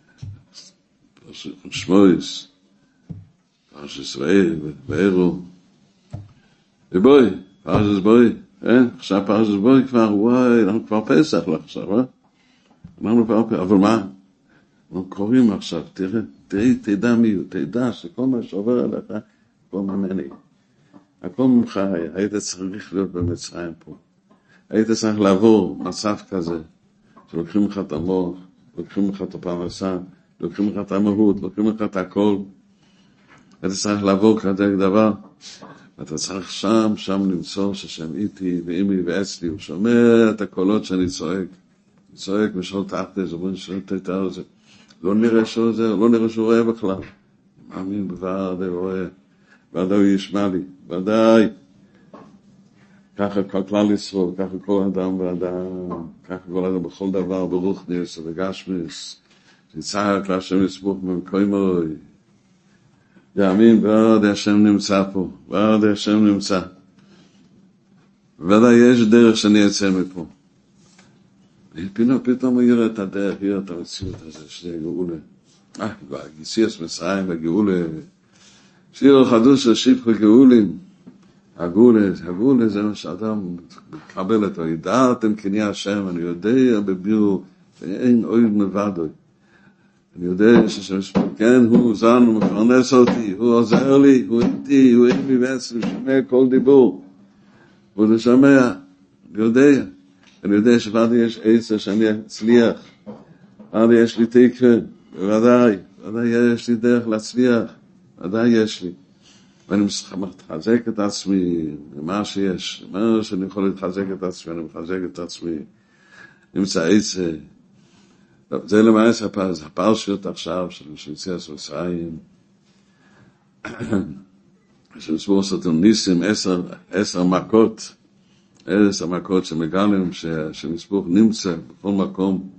שמואס, פרשת ואירו, ובואי, פרשת בואי, עכשיו פרשת בואי כבר, וואי, אנחנו כבר פסח לעכשיו, אה? אנחנו כבר פסח, אבל מה? אנחנו קוראים עכשיו, תראה, תדע מי הוא, תדע שכל מה שעובר עליך, הכל ממני, הכל ממך, היית צריך להיות במצרים פה, היית צריך לעבור מצב כזה, שלוקחים לך את המוח, לוקחים לך את הפרנסה, לוקחים לך את המהות, לוקחים לך את הכל, אתה צריך לעבור כזה דבר, ואתה צריך שם, שם למצוא ששם איתי ואימי ואצלי, הוא שומע את הקולות שאני צועק, אני צועק ושאול תחת זה, בואי נשאול תתאר זה, לא נראה שהוא זה, לא נראה שהוא רואה בכלל, אני מאמין בוודאי הוא רואה, ודאי הוא ישמע לי, ודאי, ככה כל כלל ישראל, ככה כל אדם ואדם, ככה כל אדם בכל דבר, ברוחניס ובגשמיס, נצעק להשם יסבוך במקומוי, יאמין, ודאי השם נמצא פה, ודאי השם נמצא. ודאי יש דרך שאני אצא מפה. פתאום, פתאום הוא יראה את הדרך, יראה את המציאות הזה, שזה גאולה. אה, יציאת מצרים וגאולה, שיר חדוש ושיפחו גאולים. הגאולה, הגאולה זה מה שאדם מקבל אותו, ידעתם כני השם, אני יודע בבירו, ואין אוהב מלבדוי. אני יודע שכן, הוא זן, הוא מפרנס אותי, הוא עוזר לי, הוא איתי, הוא אימי ואצלי, הוא שומע כל דיבור. הוא לא שומע, אני יודע. אני יודע שוודאי יש עשר שאני אצליח. ודאי יש לי תקווה, ודאי, ודאי יש לי דרך להצליח, ודאי יש לי. ואני מחזק את עצמי, מה שיש, מה שאני יכול להתחזק את עצמי, אני מחזק את עצמי. נמצא עשר. זה למעשה הפרשיות עכשיו של יציאת מצרים, שמסבור סתום ניסים, עשר, עשר מכות, עשר מכות שמגלים שמסבור נמצא בכל מקום,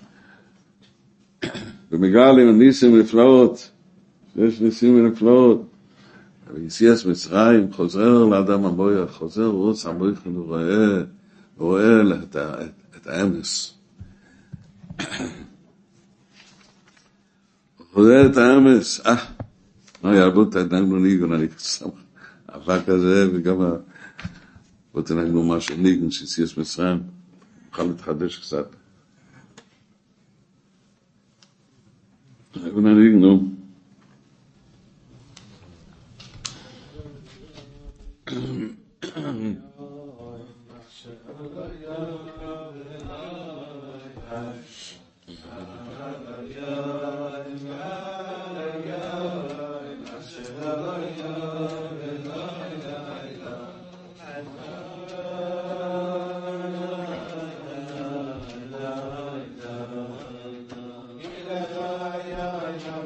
ומגלים ניסים ונפלאות, יש ניסים ונפלאות, ויציאת מצרים חוזר לאדם המויח, חוזר רוץ המויח, הוא רואה, הוא רואה את, את, את האמס. חוזר את האמס, אה, לא יעבוד את העינגנו ניגון, אני שם אבק הזה, וגם בוא תנגנו משהו ניגון שיציאת מצרים, נוכל להתחדש קצת. ניגון הניגנו.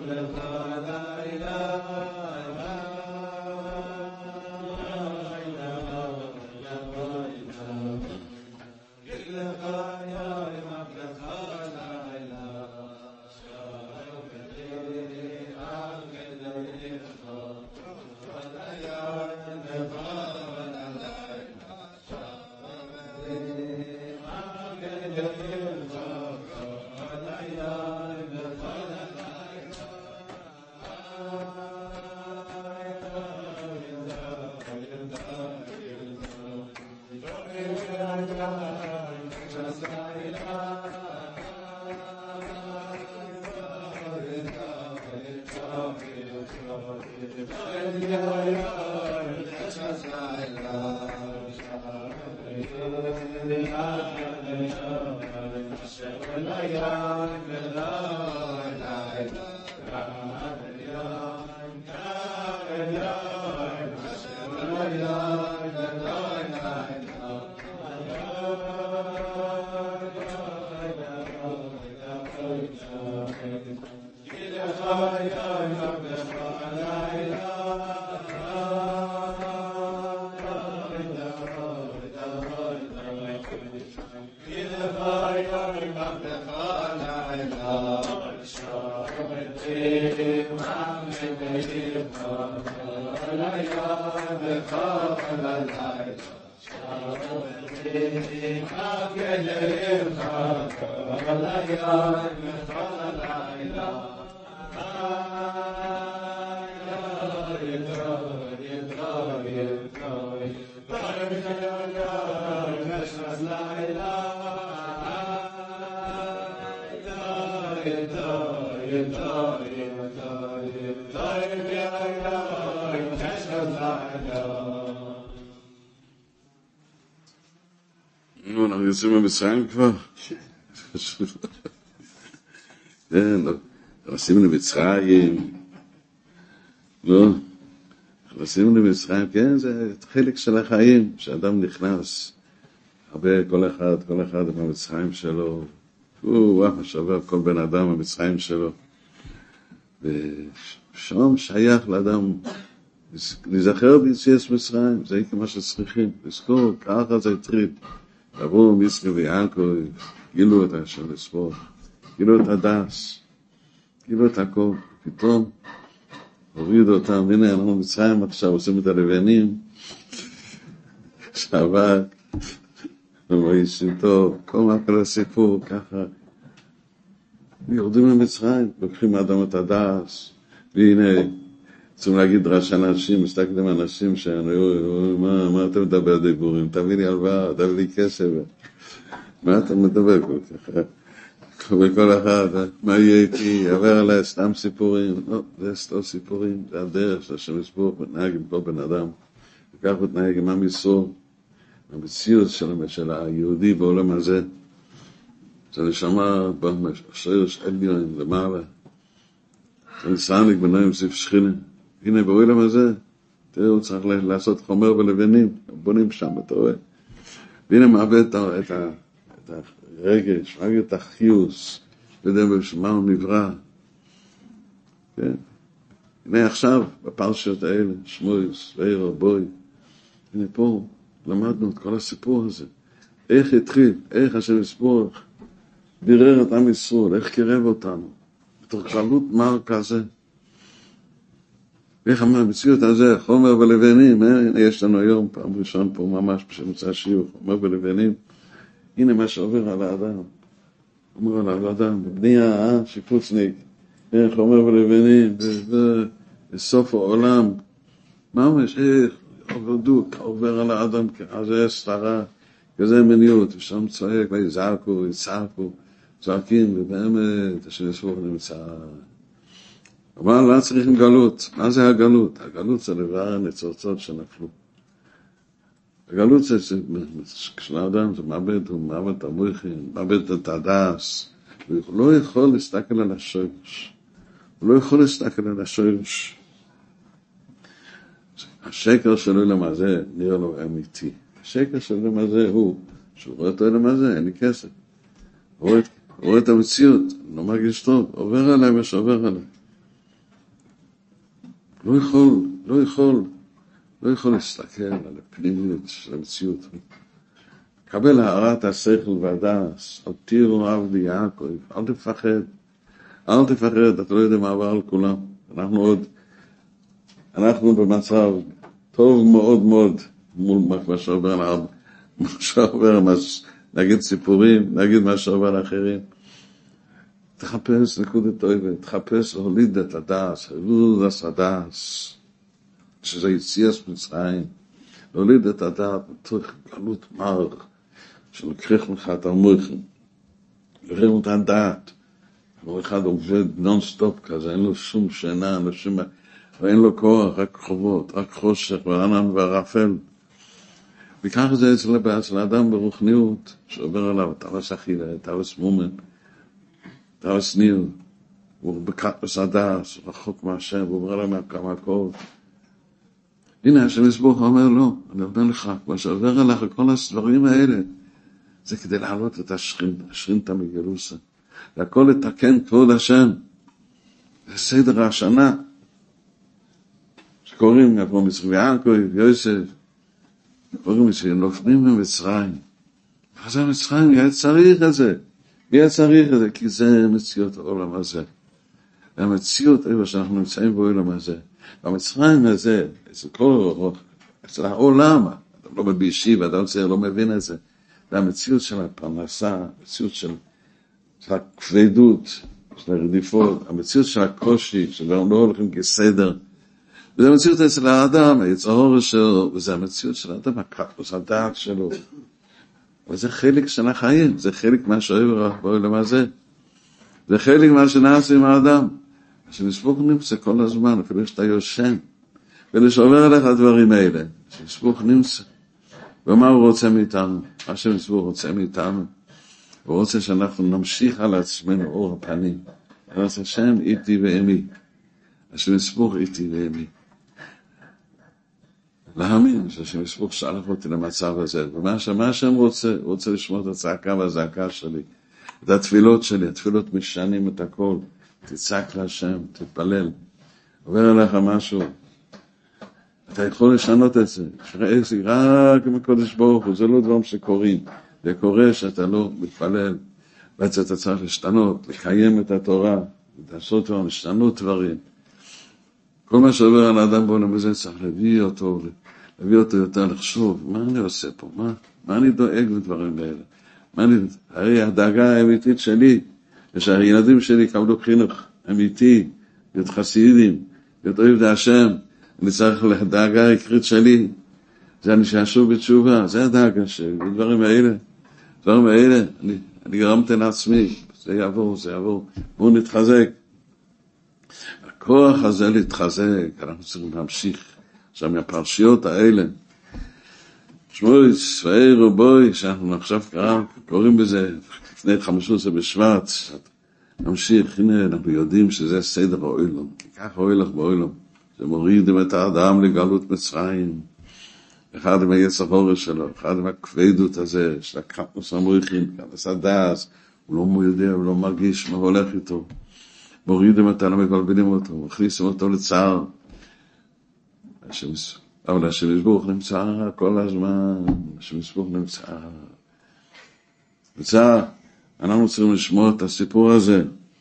נו, אנחנו יוצאים במצרים כבר? כן, נכנסים למצרים, לא, נכנסים למצרים, כן, זה חלק של החיים, שאדם נכנס, הרבה, כל אחד, כל אחד עם המצרים שלו, הוא וואו, שווה כל בן אדם המצרים שלו, ושם שייך לאדם, להיזכר ביציאת מצרים, זה מה שצריכים, לזכור, ככה זה התחיל. עברו מיסקי ויעקב, גילו את השם לספור, גילו את הדס, גילו את הכל, פתאום הורידו אותם, הנה אנחנו מצרים עכשיו, עושים את הלבנים, שבק, ומוישים טוב, כל מה כל הסיפור, ככה, יורדים למצרים, לוקחים מאדם את הדס, והנה, צריכים להגיד דרש אנשים, מסתכלים אנשים שאומרים, מה, מה אתה מדבר דיבורים? תביא לי הלוואה, תביא לי כסף. מה אתה מדבר כל כך? וכל אחד, מה יהיה איתי? עבר עליי סתם סיפורים. לא, זה סתם סיפורים, זה הדרך של השם יסבור, מתנהג עם כל בן אדם. וכך מתנהג עם עם ישראל, המציאות של היהודי בעולם הזה. זה נשמע בשרש עליון למעלה. זה נסעניק בנויים סביב שכינה. הנה בעולם הזה, תראו, הוא צריך לעשות חומר ולבנים, בונים שם, אתה רואה. והנה מאבד את, את, את הרגש, מאבד את החיוס, יודע בשמה הוא נברא. כן? הנה עכשיו, בפרשיות האלה, שמואס, ואיר, בוי, הנה פה, למדנו את כל הסיפור הזה. איך התחיל, איך השם יסבורך, בירר את עם ישראל, איך קירב אותנו, בתוך גלות מר כזה. ואיך המציאות הזה, חומר ולבנים, הנה יש לנו היום, פעם ראשון פה ממש, בשמצא שיעור, חומר ולבנים, הנה מה שעובר על האדם, אומר על האדם, בבנייה, אה, שיפוצניק, הנה חומר ולבנים, בסוף העולם, ממש, איך עובדו, עובר על האדם, כזה סתרה, כזה מניות, ושם צועק, ויזעקו, יצעקו, צועקים, ובאמת, השם יסבורך נמצא. אבל לא צריכים גלות. מה זה הגלות? הגלות זה דבר הנצוצות שנפלו. הגלות זה, כשל האדם זה מאבד, הוא מאבד את המוחין, מאבד את הדס, הוא לא יכול להסתכל על השורש. הוא לא יכול להסתכל על השורש. השקר של העולם הזה נראה לו אמיתי. השקר של העולם הזה הוא, שהוא רואה את העולם הזה, אין לי כסף. הוא רואה, הוא רואה את המציאות, לא מרגיש טוב, עובר עליי מה שעובר עליי. לא יכול, לא יכול, לא יכול להסתכל על הפנימיות של המציאות. קבל הערת השכל והדס, אל תירו עבדי יעקב, אל תפחד, אל תפחד, אתה לא יודע מה עבר על כולם. אנחנו עוד, אנחנו במצב טוב מאוד מאוד, מול מה שעובר לעם, מה שעובר, נגיד סיפורים, נגיד מה שעובר לאחרים. תחפש נקודת אויבת, תחפש להוליד את הדס, להוליד את הדס, שזה יציאת מצרים, להוליד את הדס בתוך גלות מר, שלקח לך את המוחים, לקח את הדעת, הוא אחד עובד נונסטופ כזה, אין לו שום שינה, אין לו שום, ואין לו כוח, רק חובות, רק חושך וענן וערפל. וכך זה אצל, אצל האדם ברוחניות, שעובר עליו, תאווס אכילה, תאווס מומן, תאווס ניר, הוא בקטוס הדס, רחוק מהשם, הוא אומר להם כמה הכל. הנה, השם יסבוך אומר לו, אני אומר לך, מה שעובר עליך, כל הדברים האלה, זה כדי להעלות את השכין, השכינתא מגלוסה. והכל לתקן כבוד השם. זה סדר השנה. שקוראים, כמו מצרים ויעקב, יוסף, קוראים מצרים, נופלים ממצרים. מה זה מצרים? מי היה צריך את זה? מי היה צריך את זה? כי זה מציאות העולם הזה. והמציאות איפה שאנחנו נמצאים בעולם הזה. והמצרים הזה, אצל כל, אצל העולם, אתה לא בישיב, אתה לא מבין את זה. זה המציאות של הפרנסה, המציאות של, של הכבדות, של הרדיפות, המציאות של הקושי, שגם לא הולכים כסדר. וזה המציאות אצל האדם, היצר הורש שלו, וזה המציאות של האדם, הקפוס, הדעת שלו. וזה חלק של החיים, זה חלק מה שאוהב בעולם הזה. זה חלק מה שנעשה עם האדם. שנספוך נמצא כל הזמן, אפילו שאתה יושן, ולשעובר עליך הדברים האלה, שנספוך נמצא. ומה הוא רוצה מאיתנו? מה שנספוך רוצה מאיתנו. הוא רוצה שאנחנו נמשיך על עצמנו אור הפנים. אז השם איתי ואמי. שנספוך איתי ואמי. להאמין שנספוך שלח אותי למצב הזה. ומה השם רוצה? הוא רוצה לשמוע את הצעקה והזעקה שלי. את התפילות שלי, התפילות משנים את הכל. תצעק להשם, תתפלל. עובר עליך משהו. אתה יכול לשנות את זה. שראיתי רק עם הקודש ברוך הוא, זה לא דברים שקורים. זה קורה שאתה לא מתפלל. בעצם אתה צריך להשתנות, לקיים את התורה, לעשות דברים, לשנות דברים. כל מה שעובר על האדם בעולם הזה צריך להביא אותו, להביא אותו יותר לחשוב, מה אני עושה פה? מה, מה אני דואג לדברים האלה? מה אני, הרי הדאגה האמיתית שלי, ושהילדים שלי יקבלו חינוך אמיתי, להיות חסידים, להיות אוהב את השם, אני צריך לדאגה העיקרית שלי, זה אני שאשוב בתשובה, זה הדאגה שלי, הדברים האלה, הדברים האלה, אני, אני גרמתי לעצמי, זה יעבור, זה יעבור, בואו נתחזק. הכוח הזה להתחזק, אנחנו צריכים להמשיך, עכשיו מהפרשיות האלה, שמוי, צבאי רובוי, שאנחנו עכשיו קוראים בזה, לפני חמישה עשר בשבט, נמשיך, הנה אנחנו יודעים שזה סדר האוילום, כי ככה הולך באוילום, זה מוריד את האדם לגלות מצרים, אחד עם היצר הורש שלו, אחד עם הכבדות הזה, של הקטנוס המויכין, קטנוס הדס, הוא לא יודע, הוא לא מרגיש מה הולך איתו, מורידים אותה, לא מבלבלים אותו, מכניסים אותו לצער, אבל השם יסבוך נמצא כל הזמן, השם יסבוך נמצא, נמצא, אנחנו צריכים לשמוע את הסיפור הזה,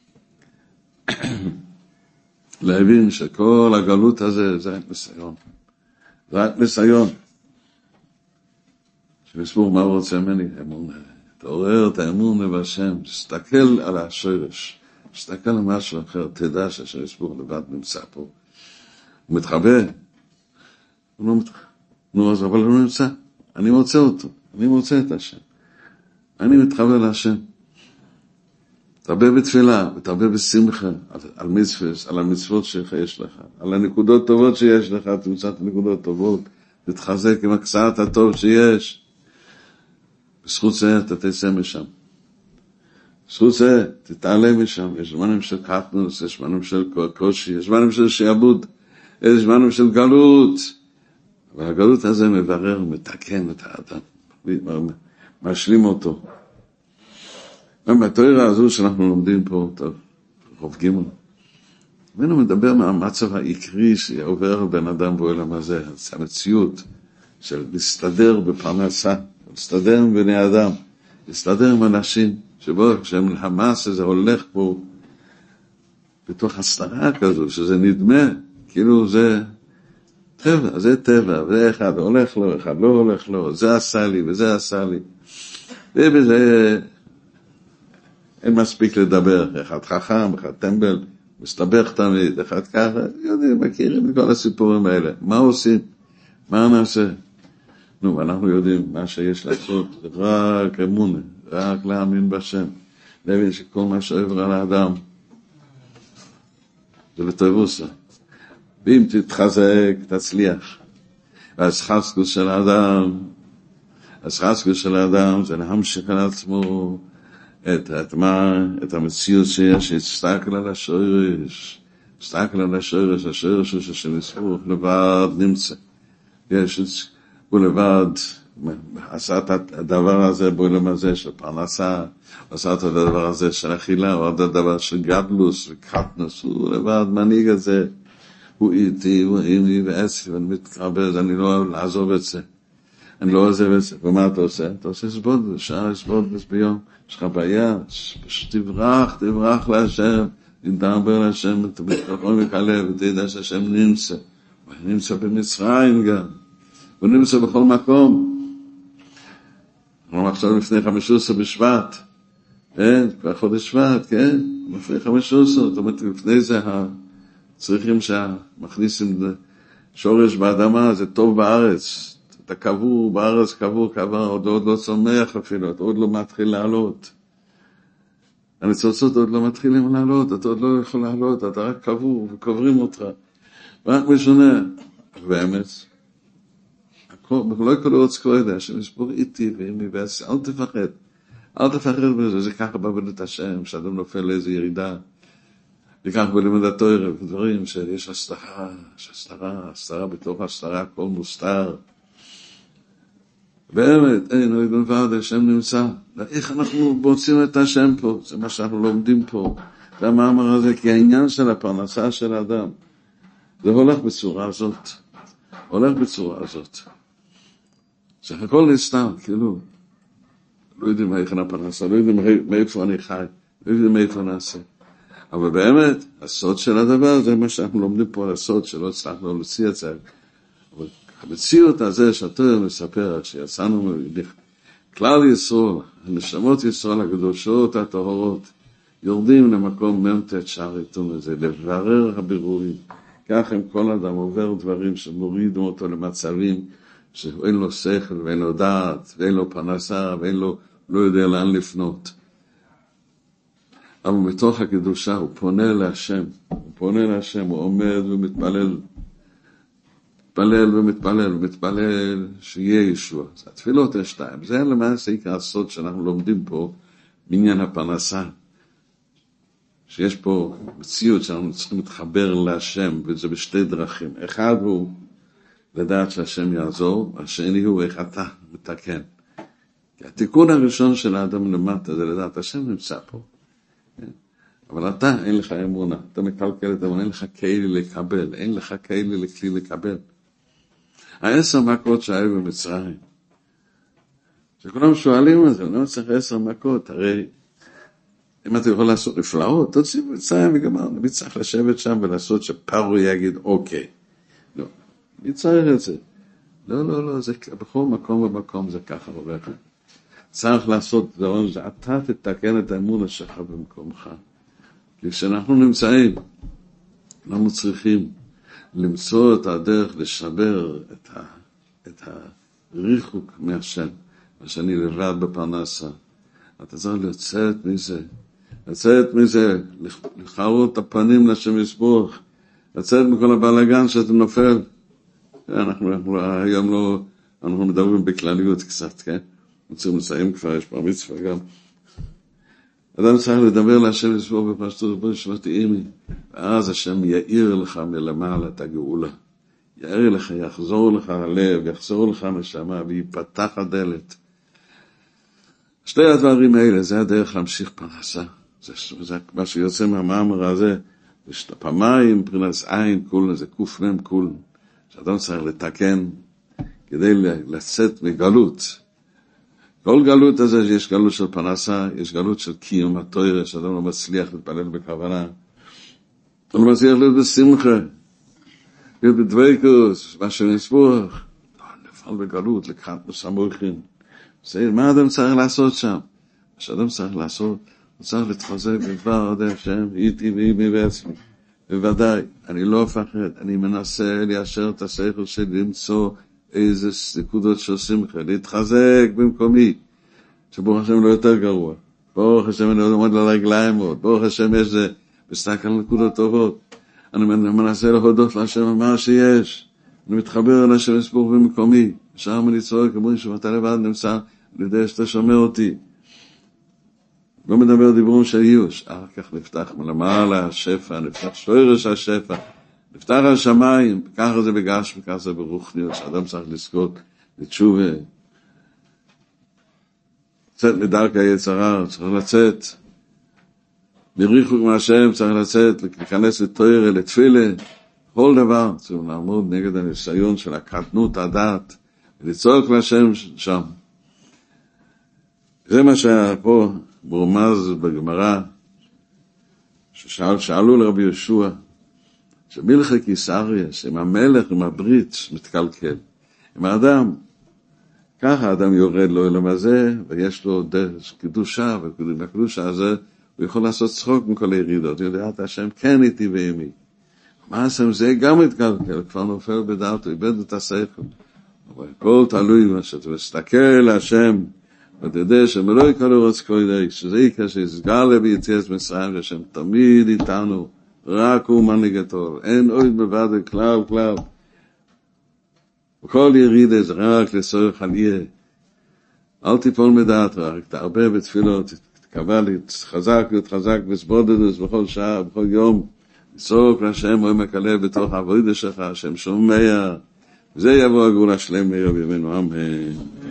להבין שכל הגלות הזה זה רק ניסיון, זה רק ניסיון, שנסבור מה הוא רוצה ממני, אמון, תעורר את האמון בהשם, תסתכל על השורש, תסתכל על משהו אחר, תדע שהשם לבד נמצא פה, הוא מתחבא, הוא לא מתחבא, נו אז אבל הוא נמצא, אני מוצא אותו, אני מוצא את השם, אני מתחבא להשם, תרבה בתפילה, ותרבה בשמחה, על, על מצוות, על המצוות שיש לך, על הנקודות טובות שיש לך, תמצא את הנקודות טובות, תתחזק עם הקצת הטוב שיש, בזכות זה אתה תצא משם, בזכות זה תתעלה משם, יש זמנים של קטנוס, יש זמנים של קושי, יש זמנים של שעבוד, יש זמנים של גלות, אבל הגלות הזה מברר, מתקן את האדם, משלים אותו. בתורה הזו שאנחנו לומדים פה, טוב, רוב ג' רבינו מדבר מהמצב העיקרי שעובר על בן אדם בעולם הזה, זה המציאות של להסתדר בפרנסה, להסתדר עם בני אדם, להסתדר עם אנשים, שבו כשהמס הזה הולך פה בתוך הסתרה כזו, שזה נדמה, כאילו זה טבע, זה טבע, וזה אחד הולך לו, אחד לא הולך לו, זה עשה לי וזה עשה לי, ובזה אין מספיק לדבר, אחד חכם, אחד טמבל, מסתבך תמיד, אחד ככה, יודעים, מכירים את כל הסיפורים האלה. מה עושים? מה נעשה? נו, אנחנו יודעים, מה שיש לעשות, רק אמונה, רק להאמין בשם. להבין שכל מה שעובר על האדם, זה לטובוסה. ואם תתחזק, תצליח. והסחסקוס של האדם, הסחסקוס של האדם זה להמשיך על עצמו, את, את מה, את המציאות שיש, שתסתכל על השורש, תסתכל על השורש, השורש של הספור, לבד נמצא. יש, הוא לבד, עשה את הדבר הזה, בעולם הזה של פרנסה, עשה את הדבר הזה של אכילה, הוא עשה את הדבר של גדלוס וקטנוס, הוא לבד מנהיג את זה, הוא איתי, הוא אימי ועשי, ואני מתקרבל, אני לא אוהב לעזוב את זה. אני לא עוזב את זה. ומה אתה עושה? אתה עושה סבודס, שעה סבודס ביום. יש לך בעיה, פשוט תברח, תברח להשם, תדבר להשם, אתה בתחום וכלב, ותדע שהשם נמצא. הוא נמצא במצרים גם. הוא נמצא בכל מקום. אנחנו עכשיו לפני חמש עשרה בשבט. כן, כבר חודש שבט, כן? לפני חמש עשרה, זאת אומרת, לפני זה צריכים שמכניסים שורש באדמה, זה טוב בארץ. אתה קבור בארץ, קבור, קבור, עוד, עוד לא צומח אפילו, אתה עוד לא מתחיל לעלות. הניצוצות עוד לא מתחילים לעלות, אתה עוד לא יכול לעלות, אתה רק קבור וקוברים אותך. רק משונה. באמת, לא יקולו עוד סקוידה, השם יסבור איתי ואימי ועשי, אל תפחד. אל תפחד בזה, זה ככה בעבודת השם, שאדם נופל לאיזו ירידה. וכך בלימוד התורה, דברים שיש הסתרה, יש הסתרה, הסתרה בתוך הסתרה, הכל מוסתר. באמת, אין, אוי בלבד, השם נמצא. איך אנחנו מוצאים את השם פה? זה מה שאנחנו לומדים פה. זה המאמר הזה, כי העניין של הפרנסה של האדם, זה הולך בצורה הזאת. הולך בצורה הזאת. שהכל נסתר, כאילו, לא יודעים איך הפרנסה, לא יודעים מאיפה אני חי, לא יודעים מאיפה נעשה. אבל באמת, הסוד של הדבר, זה מה שאנחנו לומדים פה, הסוד שלא הצלחנו להוציא את זה. אבל המציאות הזה שאתה מספר, שיצאנו כלל ישראל, הנשמות ישראל הקדושות, הטהורות, יורדים למקום ממתת שער עיתון הזה, לברר הבירורים. כך עם כל אדם עובר דברים שמורידים אותו למצבים שאין לו שכל ואין לו דעת ואין לו פרנסה ואין לו, לא יודע לאן לפנות. אבל מתוך הקדושה הוא פונה להשם, הוא פונה להשם, הוא עומד ומתפלל, מתפלל ומתפלל ומתפלל שיהיה ישוע. זה התפילות השתיים, זה למעשה עיקר הסוד שאנחנו לומדים פה בעניין הפרנסה. שיש פה מציאות שאנחנו צריכים להתחבר להשם, וזה בשתי דרכים. אחד הוא לדעת שהשם יעזור, השני הוא איך אתה מתקן. כי התיקון הראשון של האדם למטה זה לדעת, השם נמצא פה. אבל אתה אין לך אמונה, אתה מקלקל את אמונה, אין לך כלי לקבל, אין לך כלי לכלי לקבל. העשר מכות שהיו במצרים, שכולם שואלים על זה, לא צריך עשר מכות, הרי אם אתה יכול לעשות נפלאות, תוציא במצרים וגמרנו, מי צריך לשבת שם ולעשות שפרו יגיד אוקיי. לא, מי צריך את זה? לא, לא, לא, זה בכל מקום ובמקום זה ככה הולך. צריך לעשות דבר, זה אתה תתקן את האמונה שלך במקומך. כי כשאנחנו נמצאים, אנחנו צריכים למצוא את הדרך לשבר את, ה, את הריחוק מהשם, מה שאני לבד בפרנסה. אתה צריך לצאת מזה, לצאת מזה, לחרות את הפנים לשם יסבורך, לצאת מכל הבלגן שאתה נופל. אנחנו, אנחנו היום לא, אנחנו מדברים בכלליות קצת, כן? רוצים לסיים כבר, יש פה מצווה גם. אדם צריך לדבר להשם יסבור בפשטות, בוא נשמעתי אימי, ואז השם יאיר לך מלמעלה את הגאולה. יאיר לך, יחזור לך הלב, יחזור לך הנשמה, ויפתח הדלת. שתי הדברים האלה, זה הדרך להמשיך פרנסה. זה, זה מה שיוצא מהמאמר הזה, יש פעמיים, מבחינת עין, כול, זה קוף מם כול, שאדם צריך לתקן, כדי לצאת מגלות. כל גלות הזה, יש גלות של פרנסה, יש גלות של קיום התורה, שאדם לא מצליח להתפלל בכוונה, הוא לא מצליח להיות בשמחה, להיות בדבקות, מה שנספוך, נפעל בגלות, לקחת מסמוכים. מה אדם צריך לעשות שם? מה שאדם צריך לעשות, הוא צריך להתחזק בדבר עוד השם, איתי ואימי בעצמי. בוודאי, אני לא מפחד, אני מנסה ליישר את השכל שלי, למצוא איזה נקודות של שמחה, להתחזק במקומי, שברוך השם לא יותר גרוע. ברוך השם אני עומד על הרגליים עוד, ברוך השם יש זה, מסתכל על נקודות טובות. אני מנסה להודות להשם על מה שיש. אני מתחבר על השם יסבוך במקומי. שם אני צועק, אומרים שאתה לבד נמצא, אני יודע שאתה שומע אותי. לא מדבר דיבורים של איוש. אחר כך נפתח מלמעלה השפע, נפתח שורש השפע, נפתח השמיים, ככה זה בגשמי, ככה זה ברוחניות, שאדם צריך לזכות לתשובה. לצאת מדרכי היצרה, צריך לצאת. בריחוק מהשם צריך לצאת, להיכנס לתורה, לתפילה, כל דבר. צריך לעמוד נגד הניסיון של הקטנות הדעת, ולצעוק להשם שם. זה מה שהיה פה ברומז בגמרא, ששאלו לרבי יהושע, שמלכי קיסריה, שעם המלך, עם הברית, מתקלקל. עם האדם, ככה האדם יורד לו אל המזה, ויש לו קדושה, ובקדושה הזה, הוא יכול לעשות צחוק מכל הירידות. הוא יודע, השם כן איתי ועימי. מה עשם זה גם מתקלקל, כבר נופל בדעת, הוא איבד את השכל. אבל הכל תלוי מה שאתה מסתכל להשם, ואתה יודע שמלא יקלו רוץ קודש, שזה יקרה שיסגר לב יציאת מצרים, שהשם תמיד איתנו, רק הוא מנהיגתו, אין עוד בבד כלל כלל. וכל ירידה זה רק לצורך עלייה. אל תיפול מדעת, רק תרבה בתפילות, תקווה לי, חזק ותחזק וסבודדוס בכל שעה, בכל יום, לצעוק להשם עומק הלב בתוך העבודה שלך, השם שומע, וזה יבוא הגאולה שלמה בימינו, אמן.